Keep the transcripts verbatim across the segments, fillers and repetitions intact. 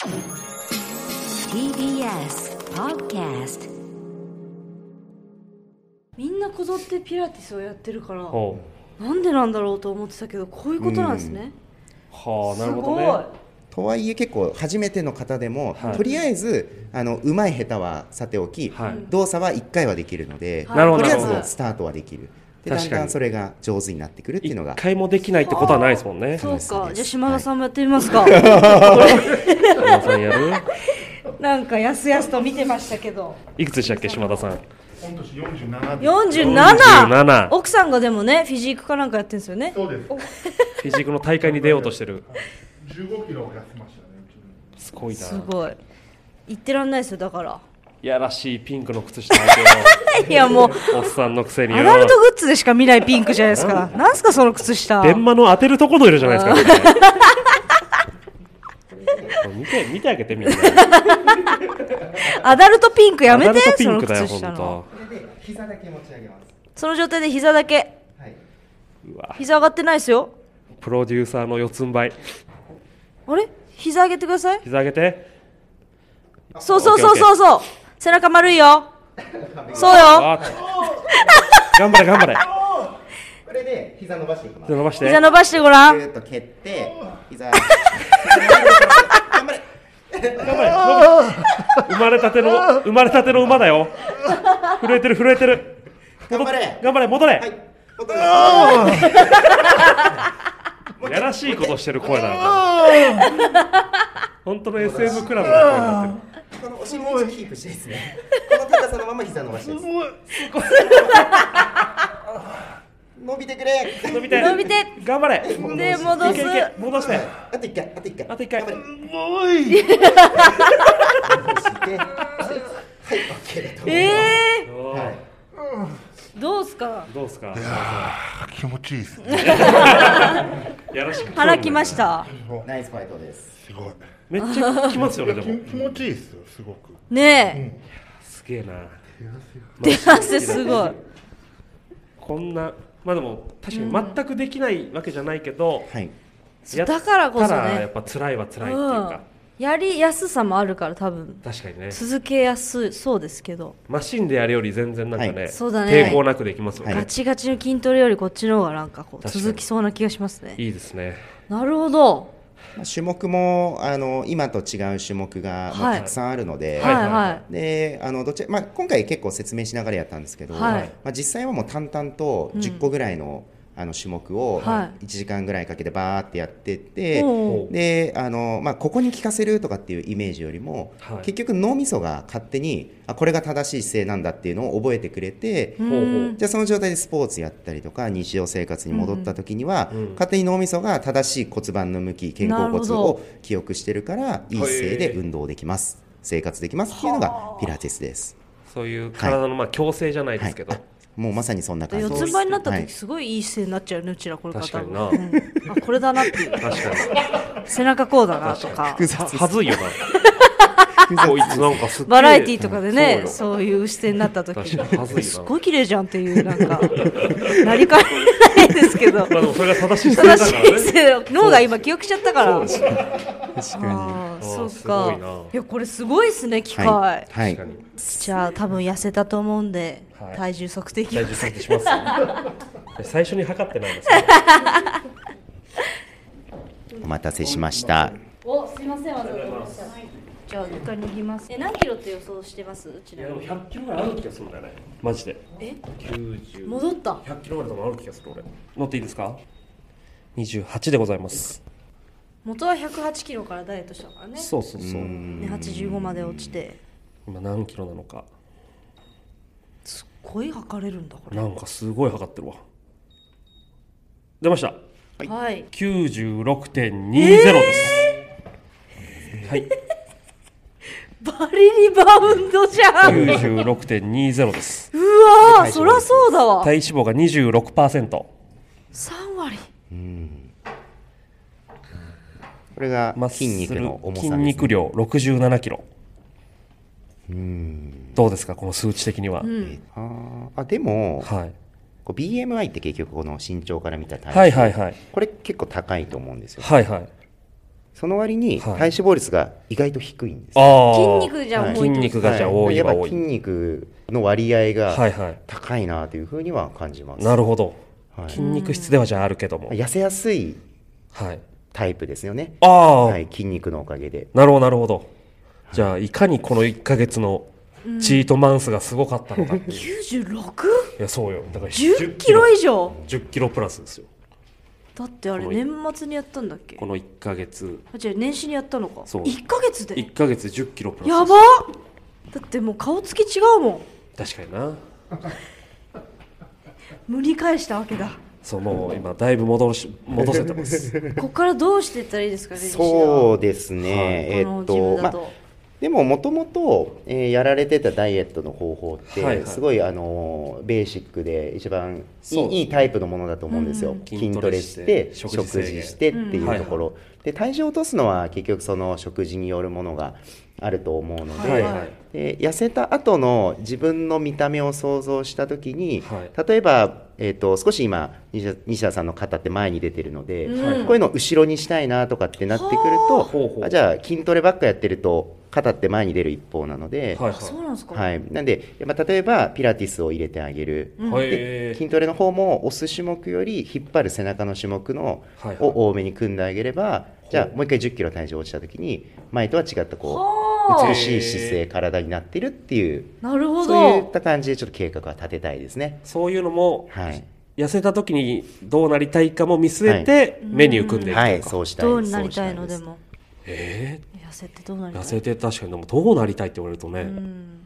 ティービーエス Podcast。 みんなこぞってピラティスをやってるからなんでなんだろうと思ってたけど、こういうことなんですね。 はあ、なるほどね。 とはいえ結構初めての方でも、はい、とりあえずあの上手い下手はさておき、はい、動作はいっかいはできるので、はい、とりあえずスタートはできる。でだんだんそれが上手になってくるっていうのが、 いっかいもできないってことはないですもんね。 そうか、じゃあ島田さんもやってみますか。 島田さんやる？ なんかやすやすと見てましたけど。 いくつでしたっけ、島田さん？ 今年よんじゅうななです。 よんじゅうなな? よんじゅうなな。奥さんがでもね、フィジークかなんかやってるんですよね。 そうです。フィジークの大会に出ようとしてる。 じゅうごキロ痩せましたね。 すごいな。 すごい。言ってらんないですよ、だから。 いやらしいピンクの靴下履いていやもうおっさんのくせにアダルトグッズでしか見ないピンクじゃないですか。なんすかその靴下。 電話の当てるところいるじゃないですか。見て見てあげてみんな。 アダルトピンクやめて。 アダルトピンクだよその靴下の。 これで膝だけ持ち上げます。 その状態で膝だけ。 はい、 うわ。 膝上がってないですよ。 プロデューサーの四つん這い。 あれ？膝上げてください。 膝上げて。 そうそうそうそうそう。背中丸いよ。そうよ。 頑張れ頑張れ。 これで膝伸ばしていきます。 膝伸ばして。 膝伸ばしてごらん。 ぐーっと蹴って膝。 頑張れ。頑張れ。生まれたての生まれたての馬だよ。震えてる震えてる。 頑張れ。 頑張れ戻れ。 はい。戻れ。 やらしいことしてる声なのか。本当の エスエム クラブの声になってる。 このお尻をキープしてですね。この高さのまま膝伸ばしてです。伸びてくれ。 伸びて。 伸びて。 頑張れ。 で戻す。 戻して。 あと一回あと一回。 あと一回。 もうい。 戻して。はい、オッケーだと思います。 ええー。はい。 どうすか。 どうすか。 いや気持ちいいですね。 やらしく。 腹きました。 ナイスファイトです。 すごい。 めっちゃきますよねでも。 気持ちいいですよすごく。 ねえ。 すげえな。 手汗すごい。 こんなまあでも確かに全くできないわけじゃないけど。 はい。 だからこそね。 やっぱ辛いは辛いっていうか。 やりやすさもあるから多分確かにね続けやすそうですけど、 マシンでやるより全然なんかね、はい、 そうだね、 抵抗なくできますよね、 はい、ガチガチの筋トレよりこっちの方がなんかこう続きそうな気がしますね。 いいですね。 なるほど。 種目もあの今と違う種目が、はい、まあ、たくさんあるので、 はいはい、 であのどち、まあ、今回結構説明しながらやったんですけど、はい、まあ、実際はもう淡々とじゅっこぐらいの、うんあの種目をいちじかんぐらいかけてバーってやってって、はい、であの、まあ、ここに効かせるとかっていうイメージよりも、はい、結局脳みそが勝手にあこれが正しい姿勢なんだっていうのを覚えてくれて、じゃあその状態でスポーツやったりとか日常生活に戻った時には、うん、勝手に脳みそが正しい骨盤の向き肩甲骨を記憶してるからいい姿勢で運動できます、生活できますっていうのがピラティスです。 そういう体のまあ矯正じゃないですけど、はいはい、 もうまさにそんな感じです。 四つん這いになった時すごいいい姿勢になっちゃうね、うちらこれから多分、うん、あこれだなっていう確かに背中こうだなとかはずいよなこいつなんかすっげえバラエティーとかでね、うん、そういう姿勢になった時にすごい綺麗じゃんっていうなんかなりかねないですけどまあでもそれが正しい姿勢だからね脳が今記憶しちゃったから確かにそうかいやこれすごいですね機械、はいはい、じゃあ多分痩せたと思うんで、はい、体重測定器体重測定します、ね、最初に測ってないですねお待たせしましたおすいませんわざわざじゃあ一回脱ぎます。え何キロって予想してます？ いやでもひゃっキロぐらいある気がするんだよねマジで。 えきゅうじゅう戻ったひゃっキロぐらい多分ある気がする俺。乗っていいですか？にじゅうはちでございます。 元はひゃくはちキロからダイエットしたからね。 そうそうそう。 ではちじゅうごまで落ちて今何キロなのかすっごい測れるんだこれ。 なんかすごい測ってるわ。出ました。 はい。 きゅうじゅうろくてんにじゅうです。えー、はい。 バリリバウンドじゃん。 きゅうじゅうろくてんにじゅうです。 うわー、そりゃそうだわ。 体脂肪が にじゅうろくパーセント。 さんわり。 うん。これが筋肉の重さですね。 筋肉量ろくじゅうななキロ。うん。どうですかこの数値的には。うん、 ああでも、はい、こう ビーエムアイ って結局この身長から見た体重、 はいはいはい、 これ結構高いと思うんですよ。 はいはい。 その割に体脂肪率が意外と低いんです、 はい、筋肉じゃ多い、はい、 筋肉がじゃ多いは多い、 やっぱ筋肉の割合が高いなというふうには感じます、はいはい、 なるほど、はい、筋肉質ではじゃああるけども痩せやすいタイプですよね、 はいはい、筋肉のおかげで。 なるほどなるほど。じゃあいかにこのいっかげつのチートマンスがすごかったのかっていう、うん、 きゅうじゅうろく? いやそうよ、だからじゅっキロ以上、 じゅっキロプラスですよ。 だってあれ年末にやったんだっけ、 このいっかげつ、 あ、じゃあ年始にやったのか。 そう、 いっかげつでいっかげつじゅっキロプラス。 やばっ、だってもう顔つき違うもん。 確かにな無理返したわけだ。 そう、もう今だいぶ戻し戻せてますここからどうしていったらいいですかね。 そうですね、はい、えー、っとまあでももともとやられてたダイエットの方法ってすごい、はいはい、あのベーシックで一番い い, いいタイプのものだと思うんですよ、うん、筋トレして食事してっていうところ、うん、で体重を落とすのは結局その食事によるものがあると思うので、はいはい、で痩せた後の自分の見た目を想像した時に、はい、例えば、えー、と少し今西田さんの肩って前に出てるので、うん、こういうのを後ろにしたいなとかってなってくると、あ、じゃあ筋トレばっかやってると肩って前に出る一方なので、 はいはい、そうなんですか、 はい、なんで、まあ、例えばピラティスを入れてあげる、うん、で筋トレの方も押す種目より引っ張る背中の種目の、はいはい、を多めに組んであげれば、じゃあもう一回じゅっキロ体重落ちた時に前とは違ったこう美しい姿勢体になってるっていう、 なるほど、 そういった感じでちょっと計画は立てたいですね。 そういうのも、はい、痩せた時にどうなりたいかも見据えてメニュー組んでいくとか、はい、 そうしたいどうなりたいの。でもえー、 痩せてどうなりたい、 痩せて確かにでもどうなりたいって言われるとね、うん、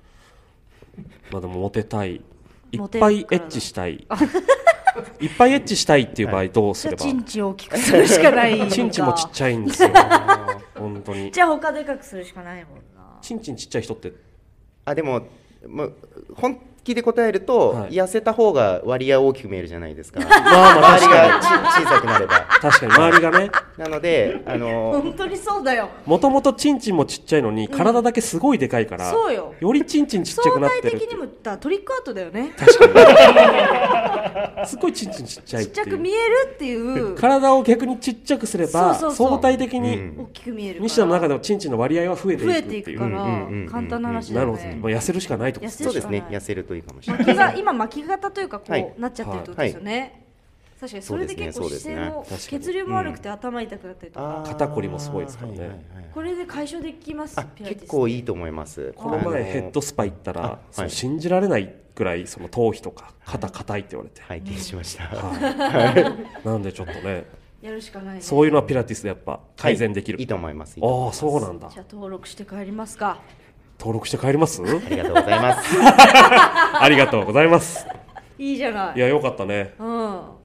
まあでもモテたい、いっぱいエッチしたいいっぱいエッチしたいっていう場合どうすれば、 はい、じゃあチンチンを大きくするしかないのか。 チンチンもちっちゃいんですよ本当に。 じゃあ他でかくするしかないもんな。 チンチンちっちゃい人ってあ、でももう本気で答えると、はい、痩せた方が割合大きく見えるじゃないですかまあまあ周りが小さくなれば確かに周りがねなので、あのー、本当にそうだよ。 もともとチンチンもちっちゃいのに、うん、体だけすごいでかいから、 そうよ、 よりチンチンちっちゃくなってるって。 相対的にもだトリックアートだよね。 確かにすごいチンチンちっちゃいっていう、 ちっちゃく見えるっていう体を逆にちっちゃくすればそうそうそう相対的に、 うん、大きく見えるから、 西田の中でもチンチンの割合は増えていくっていう、 増えていくから、うんうんうん、簡単な話だよね。 なるほど、もう痩せるしかないと。 そうですね、痩せるといいかもしれない。巻きが今巻き型というかこう、はい、なっちゃってるってことですよね、はい、確かにそれで結構姿勢も、ね、血流も悪くて頭痛くなったりとか、 うん、肩こりもすごいですからね、はいはいはい、 これで解消できます。ピラティス結構いいと思います。 この前ヘッドスパ行ったら、その信じられないくらいその頭皮とか肩硬いって言われて拝見しました、 はい、なんでちょっとねやるしかないね。 そういうのはピラティスでやっぱ改善できる、 はい、いいと思います。いいああ、そうなんだ。 じゃあ登録して帰りますか。 登録して帰ります。 ありがとうございますありがとうございます。 いいじゃない。 いや、よかったね、 うん、